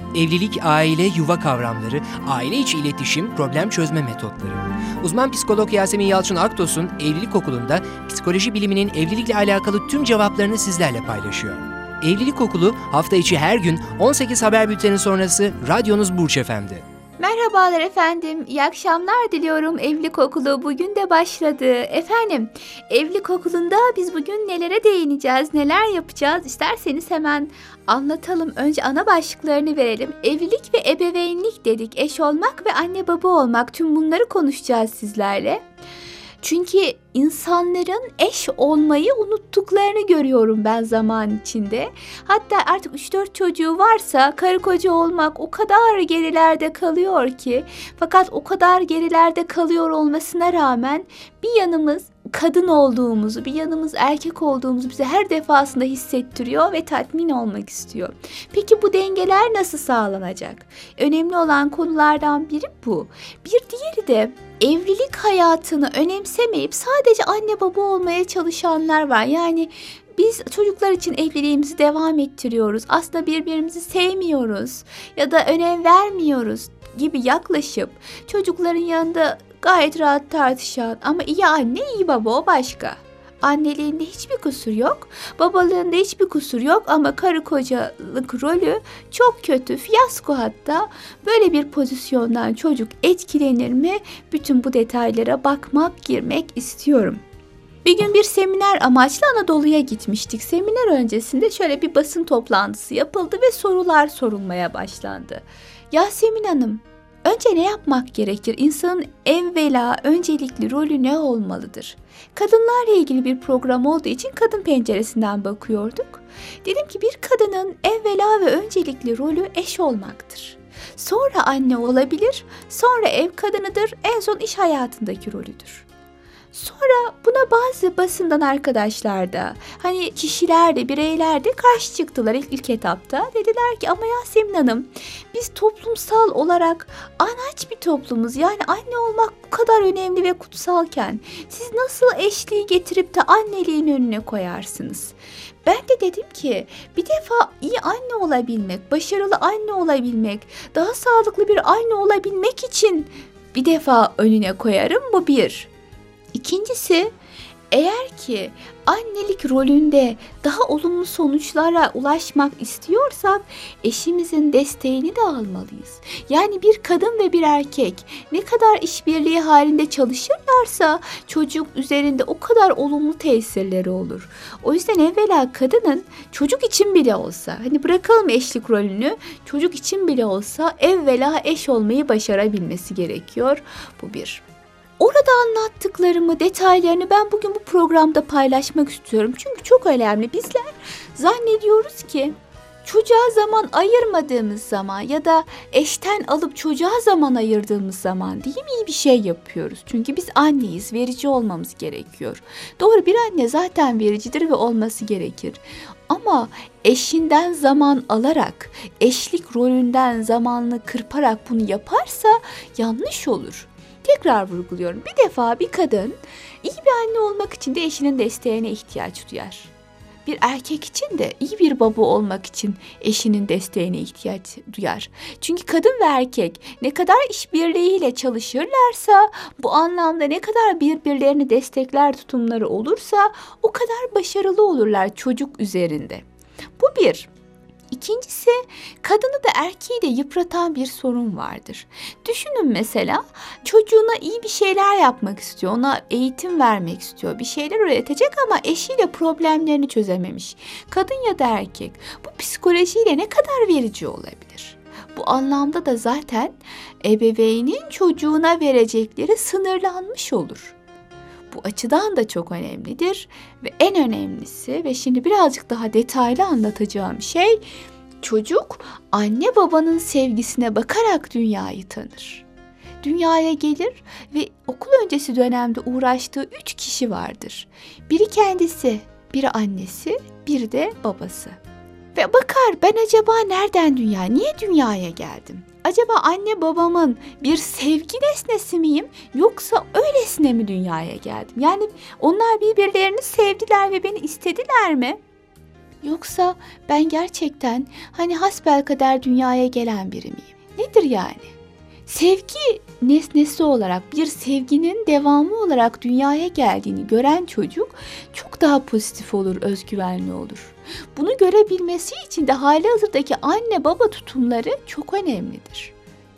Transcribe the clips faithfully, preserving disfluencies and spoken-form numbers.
Evlilik, aile, yuva kavramları, aile içi iletişim, problem çözme metotları. Uzman psikolog Yasemin Yalçın Aktos'un Evlilik Okulu'nda psikoloji biliminin evlilikle alakalı tüm cevaplarını sizlerle paylaşıyor. Evlilik Okulu hafta içi her gün on sekiz haber bülteni sonrası radyonuz Burç Efendi. Merhabalar efendim, iyi akşamlar diliyorum. Evlilik Okulu bugün de başladı. Efendim, Evlilik Okulu'nda biz bugün nelere değineceğiz, neler yapacağız? İsterseniz hemen anlatalım. Önce ana başlıklarını verelim. Evlilik ve ebeveynlik dedik. Eş olmak ve anne baba olmak. Tüm bunları konuşacağız sizlerle. Çünkü insanların eş olmayı unuttuklarını görüyorum ben zaman içinde. Hatta artık üç dört çocuğu varsa karı koca olmak o kadar gerilerde kalıyor ki. Fakat o kadar gerilerde kalıyor olmasına rağmen bir yanımız kadın olduğumuzu, bir yanımız erkek olduğumuzu bize her defasında hissettiriyor ve tatmin olmak istiyor. Peki bu dengeler nasıl sağlanacak? Önemli olan konulardan biri bu. Bir diğeri de evlilik hayatını önemsemeyip sadece anne baba olmaya çalışanlar var. Yani biz çocuklar için evliliğimizi devam ettiriyoruz. Aslında birbirimizi sevmiyoruz ya da önem vermiyoruz gibi yaklaşıp çocukların yanında gayet rahat tartışan ama iyi anne iyi baba o başka. Anneliğinde hiçbir kusur yok, babalığında hiçbir kusur yok ama karı kocalık rolü çok kötü, fiyasko hatta. Böyle bir pozisyondan çocuk etkilenir mi? Bütün bu detaylara bakmak, girmek istiyorum. Bir gün bir seminer amaçlı Anadolu'ya gitmiştik. Seminer öncesinde şöyle bir basın toplantısı yapıldı ve sorular sorulmaya başlandı. Yasemin Hanım, önce ne yapmak gerekir? İnsanın evvela öncelikli rolü ne olmalıdır? Kadınlarla ilgili bir program olduğu için kadın penceresinden bakıyorduk. Dedim ki bir kadının evvela ve öncelikli rolü eş olmaktır. Sonra anne olabilir, sonra ev kadınıdır, en son iş hayatındaki rolüdür. Sonra buna bazı basından arkadaşlar da hani kişiler de bireyler de karşı çıktılar ilk, ilk etapta. Dediler ki ama Yasemin Hanım biz toplumsal olarak anaç bir toplumuz. Yani anne olmak bu kadar önemli ve kutsalken siz nasıl eşliği getirip de anneliğin önüne koyarsınız? Ben de dedim ki bir defa iyi anne olabilmek, başarılı anne olabilmek, daha sağlıklı bir anne olabilmek için bir defa önüne koyarım, bu bir. İkincisi, eğer ki annelik rolünde daha olumlu sonuçlara ulaşmak istiyorsak eşimizin desteğini de almalıyız. Yani bir kadın ve bir erkek ne kadar işbirliği halinde çalışırlarsa çocuk üzerinde o kadar olumlu tesirleri olur. O yüzden evvela kadının çocuk için bile olsa, hani bırakalım eşlik rolünü, çocuk için bile olsa evvela eş olmayı başarabilmesi gerekiyor. Bu bir. Orada anlattıklarımı, detaylarını ben bugün bu programda paylaşmak istiyorum. Çünkü çok önemli. Bizler zannediyoruz ki çocuğa zaman ayırmadığımız zaman ya da eşten alıp çocuğa zaman ayırdığımız zaman değil mi iyi bir şey yapıyoruz. Çünkü biz anneyiz, verici olmamız gerekiyor. Doğru, bir anne zaten vericidir ve olması gerekir. Ama eşinden zaman alarak, eşlik rolünden zamanını kırparak bunu yaparsa yanlış olur. Tekrar vurguluyorum. Bir defa bir kadın iyi bir anne olmak için de eşinin desteğine ihtiyaç duyar. Bir erkek için de iyi bir baba olmak için eşinin desteğine ihtiyaç duyar. Çünkü kadın ve erkek ne kadar işbirliğiyle çalışırlarsa, bu anlamda ne kadar birbirlerini destekler tutumları olursa o kadar başarılı olurlar çocuk üzerinde. Bu bir. İkincisi, kadını da erkeği de yıpratan bir sorun vardır. Düşünün mesela çocuğuna iyi bir şeyler yapmak istiyor, ona eğitim vermek istiyor, bir şeyler öğretecek ama eşiyle problemlerini çözememiş. Kadın ya da erkek bu psikolojiyle ne kadar verici olabilir? Bu anlamda da zaten ebeveynin çocuğuna verecekleri sınırlanmış olur. Bu açıdan da çok önemlidir ve en önemlisi ve şimdi birazcık daha detaylı anlatacağım şey, çocuk anne babanın sevgisine bakarak dünyayı tanır. Dünyaya gelir ve okul öncesi dönemde uğraştığı üç kişi vardır. Biri kendisi, biri annesi, biri de babası. Ve bakar, ben acaba nereden dünya, niye dünyaya geldim? Acaba anne babamın bir sevgi nesnesi miyim yoksa öylesine mi dünyaya geldim? Yani onlar birbirlerini sevdiler ve beni istediler mi? Yoksa ben gerçekten hani hasbelkader dünyaya gelen biri miyim? Nedir yani? Sevgi nesnesi olarak, bir sevginin devamı olarak dünyaya geldiğini gören çocuk çok daha pozitif olur, özgüvenli olur. Bunu görebilmesi için de halihazırdaki anne baba tutumları çok önemlidir.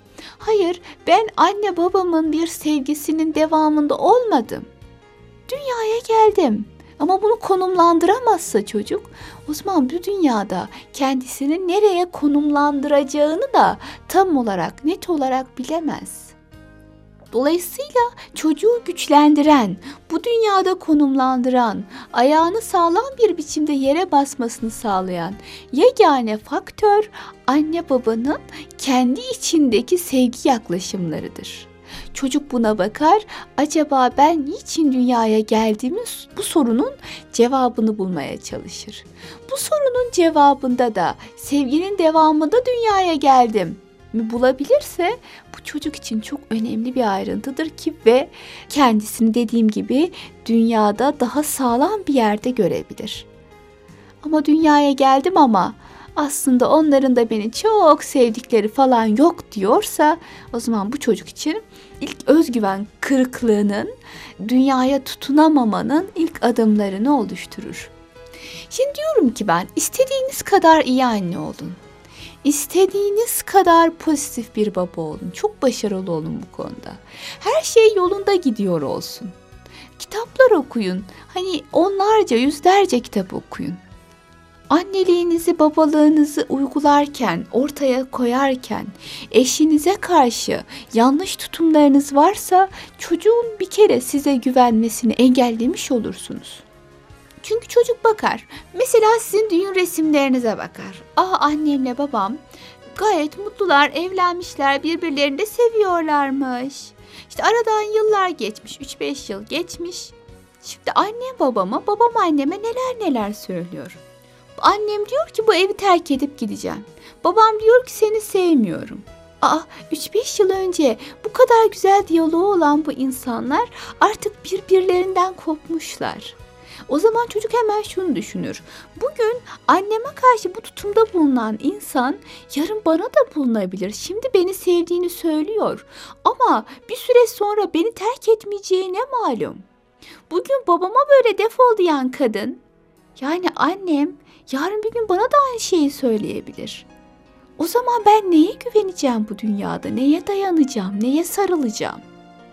Hayır, ben anne babamın bir sevgisinin devamında olmadım. Dünyaya geldim. Ama bunu konumlandıramazsa çocuk, o zaman bu dünyada kendisini nereye konumlandıracağını da tam olarak, net olarak bilemez. Dolayısıyla çocuğu güçlendiren, bu dünyada konumlandıran, ayağını sağlam bir biçimde yere basmasını sağlayan yegane faktör anne babanın kendi içindeki sevgi yaklaşımlarıdır. Çocuk buna bakar, acaba ben niçin dünyaya geldiğimi, bu sorunun cevabını bulmaya çalışır. Bu sorunun cevabında da sevginin devamında dünyaya geldim mi bulabilirse, bu çocuk için çok önemli bir ayrıntıdır ki ve kendisini dediğim gibi dünyada daha sağlam bir yerde görebilir. Ama dünyaya geldim ama aslında onların da beni çok sevdikleri falan yok diyorsa, o zaman bu çocuk için ilk özgüven kırıklığının, dünyaya tutunamamanın ilk adımlarını oluşturur. Şimdi diyorum ki ben, istediğiniz kadar iyi anne olun. İstediğiniz kadar pozitif bir baba olun. Çok başarılı olun bu konuda. Her şey yolunda gidiyor olsun. Kitaplar okuyun. Hani onlarca, yüzlerce kitap okuyun. Anneliğinizi, babalığınızı uygularken, ortaya koyarken, eşinize karşı yanlış tutumlarınız varsa çocuğun bir kere size güvenmesini engellemiş olursunuz. Çünkü çocuk bakar. Mesela sizin düğün resimlerinize bakar. Aa, annemle babam gayet mutlular, evlenmişler, birbirlerini de seviyorlarmış. İşte aradan yıllar geçmiş, üç beş yıl geçmiş. Şimdi annem babama, babam anneme neler neler söylüyor. Annem diyor ki bu evi terk edip gideceğim. Babam diyor ki seni sevmiyorum. Aa, üç beş yıl önce bu kadar güzel diyaloğu olan bu insanlar artık birbirlerinden kopmuşlar. O zaman çocuk hemen şunu düşünür. Bugün anneme karşı bu tutumda bulunan insan yarın bana da bulunabilir. Şimdi beni sevdiğini söylüyor. Ama bir süre sonra beni terk etmeyeceği ne malum? Bugün babama böyle defol diyen kadın, yani annem, yarın bir gün bana da aynı şeyi söyleyebilir. O zaman ben neye güveneceğim bu dünyada? Neye dayanacağım? Neye sarılacağım?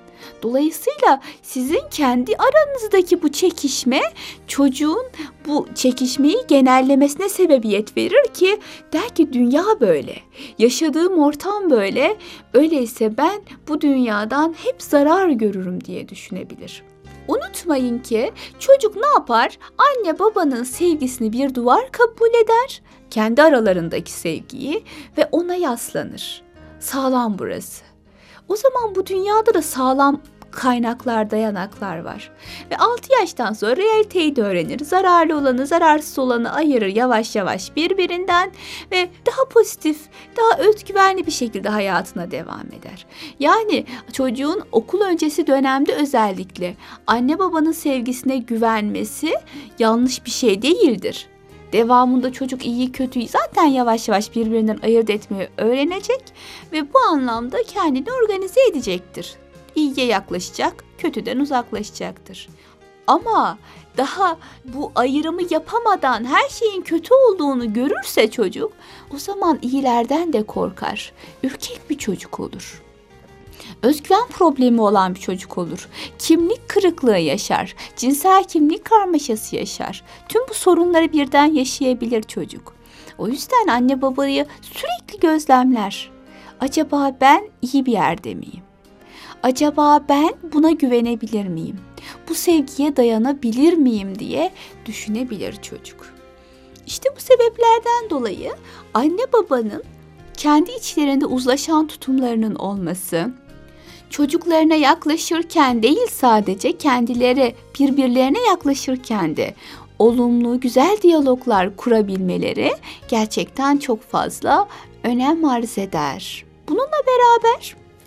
Dolayısıyla sizin kendi aranızdaki bu çekişme çocuğun bu çekişmeyi genellemesine sebebiyet verir ki der ki dünya böyle, yaşadığım ortam böyle, öyleyse ben bu dünyadan hep zarar görürüm diye düşünebilir. Unutmayın ki çocuk ne yapar? Anne babanın sevgisini bir duvar kabul eder, kendi aralarındaki sevgiyi, ve ona yaslanır. Sağlam burası. O zaman bu dünyada da sağlam kaynaklar, dayanaklar var. Ve altı yaştan sonra realiteyi de öğrenir. Zararlı olanı, zararsız olanı ayırır yavaş yavaş birbirinden ve daha pozitif, daha özgüvenli bir şekilde hayatına devam eder. Yani çocuğun okul öncesi dönemde özellikle anne babanın sevgisine güvenmesi yanlış bir şey değildir. Devamında çocuk iyi kötüyü zaten yavaş yavaş birbirinden ayırt etmeyi öğrenecek ve bu anlamda kendini organize edecektir. İyiye yaklaşacak, kötüden uzaklaşacaktır. Ama daha bu ayrımı yapamadan her şeyin kötü olduğunu görürse çocuk, o zaman iyilerden de korkar. Ürkek bir çocuk olur. Özgüven problemi olan bir çocuk olur. Kimlik kırıklığı yaşar. Cinsel kimlik karmaşası yaşar. Tüm bu sorunları birden yaşayabilir çocuk. O yüzden anne babayı sürekli gözlemler. Acaba ben iyi bir yerde miyim? Acaba ben buna güvenebilir miyim? Bu sevgiye dayanabilir miyim diye düşünebilir çocuk. İşte bu sebeplerden dolayı anne babanın kendi içlerinde uzlaşan tutumlarının olması, çocuklarına yaklaşırken değil sadece kendileri birbirlerine yaklaşırken de olumlu, güzel diyaloglar kurabilmeleri gerçekten çok fazla önem arz eder. Bununla beraber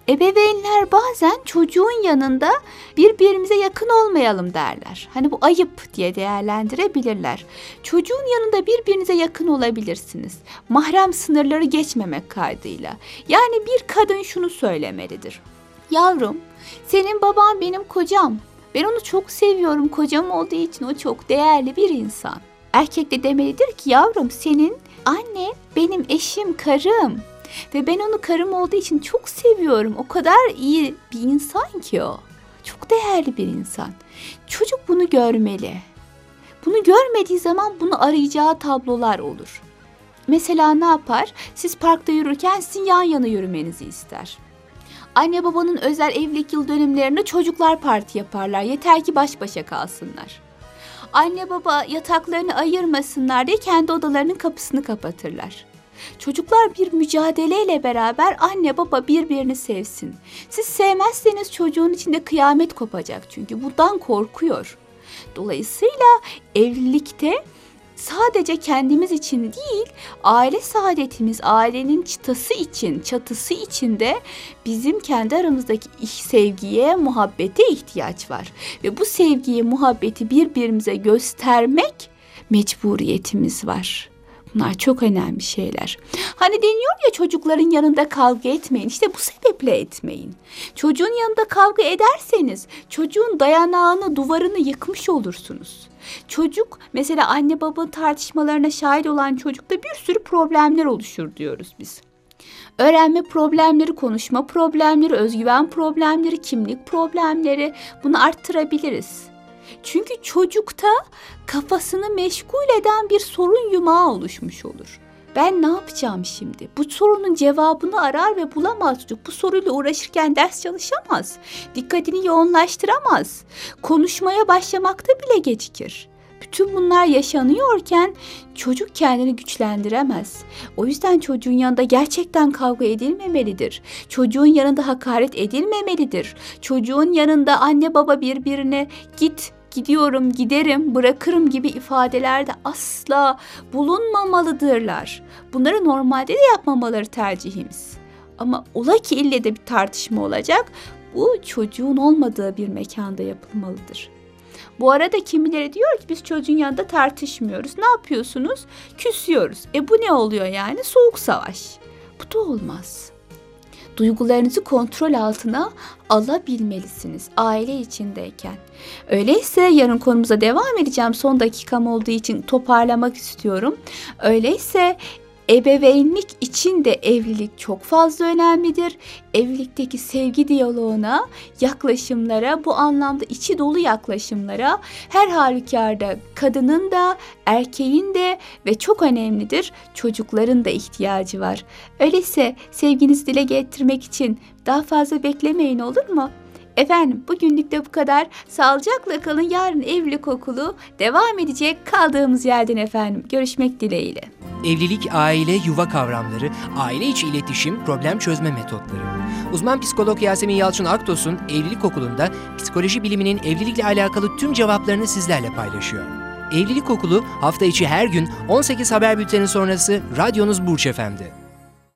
Ebeveynler bazen çocuğun yanında birbirimize yakın olmayalım derler. Hani bu ayıp diye değerlendirebilirler. Çocuğun yanında birbirinize yakın olabilirsiniz. Mahrem sınırları geçmemek kaydıyla. Yani bir kadın şunu söylemelidir. Yavrum, senin baban benim kocam. Ben onu çok seviyorum. Kocam olduğu için o çok değerli bir insan. Erkek de demelidir ki yavrum, senin anne benim eşim, karım. Ve ben onu karım olduğu için çok seviyorum. O kadar iyi bir insan ki o. Çok değerli bir insan. Çocuk bunu görmeli. Bunu görmediği zaman bunu arayacağı tablolar olur. Mesela ne yapar? Siz parkta yürürken sizin yan yana yürümenizi ister. Anne babanın özel evlilik yıl dönümlerinde çocuklar parti yaparlar. Yeter ki baş başa kalsınlar. Anne baba yataklarını ayırmasınlar diye kendi odalarının kapısını kapatırlar. Çocuklar bir mücadeleyle beraber anne baba birbirini sevsin. Siz sevmezseniz çocuğun içinde kıyamet kopacak çünkü bundan korkuyor. Dolayısıyla evlilikte sadece kendimiz için değil, aile saadetimiz, ailenin çıtası için, çatısı için de bizim kendi aramızdaki sevgiye, muhabbete ihtiyaç var. Ve bu sevgiyi, muhabbeti birbirimize göstermek mecburiyetimiz var. Bunlar çok önemli şeyler. Hani deniyor ya, çocukların yanında kavga etmeyin. İşte bu sebeple etmeyin. Çocuğun yanında kavga ederseniz çocuğun dayanağını, duvarını yıkmış olursunuz. Çocuk, mesela anne baba tartışmalarına şahit olan çocukta bir sürü problemler oluşur diyoruz biz. Öğrenme problemleri, konuşma problemleri, özgüven problemleri, kimlik problemleri, bunu arttırabiliriz. Çünkü çocukta kafasını meşgul eden bir sorun yumağı oluşmuş olur. Ben ne yapacağım şimdi? Bu sorunun cevabını arar ve bulamaz çocuk. Bu soruyla uğraşırken ders çalışamaz. Dikkatini yoğunlaştıramaz. Konuşmaya başlamakta bile gecikir. Bütün bunlar yaşanıyorken çocuk kendini güçlendiremez. O yüzden çocuğun yanında gerçekten kavga edilmemelidir. Çocuğun yanında hakaret edilmemelidir. Çocuğun yanında anne baba birbirine git, gidiyorum, giderim, bırakırım gibi ifadelerde asla bulunmamalıdırlar. Bunları normalde de yapmamaları tercihimiz. Ama ola ki ille de bir tartışma olacak, bu çocuğun olmadığı bir mekanda yapılmalıdır. Bu arada kimileri diyor ki biz çocuğun yanında tartışmıyoruz. Ne yapıyorsunuz? Küsüyoruz. E bu ne oluyor yani? Soğuk savaş. Bu da olmaz. Duygularınızı kontrol altına alabilmelisiniz aile içindeyken. Öyleyse yarın konumuza devam edeceğim. Son dakikam olduğu için toparlamak istiyorum. Öyleyse ebeveynlik için de evlilik çok fazla önemlidir. Evlilikteki sevgi diyaloğuna, yaklaşımlara, bu anlamda içi dolu yaklaşımlara her halükarda kadının da, erkeğin de ve çok önemlidir çocukların da ihtiyacı var. Öyleyse sevginizi dile getirmek için daha fazla beklemeyin, olur mu? Efendim bugünlük de bu kadar. Sağlıcakla kalın. Yarın evlilik okulu devam edecek kaldığımız yerden efendim. Görüşmek dileğiyle. Evlilik, aile, yuva kavramları, aile içi iletişim, problem çözme metotları. Uzman psikolog Yasemin Yalçın Aktos'un Evlilik Okulu'nda psikoloji biliminin evlilikle alakalı tüm cevaplarını sizlerle paylaşıyor. Evlilik Okulu hafta içi her gün on sekiz haber bülteni sonrası radyonuz Burç Efendi.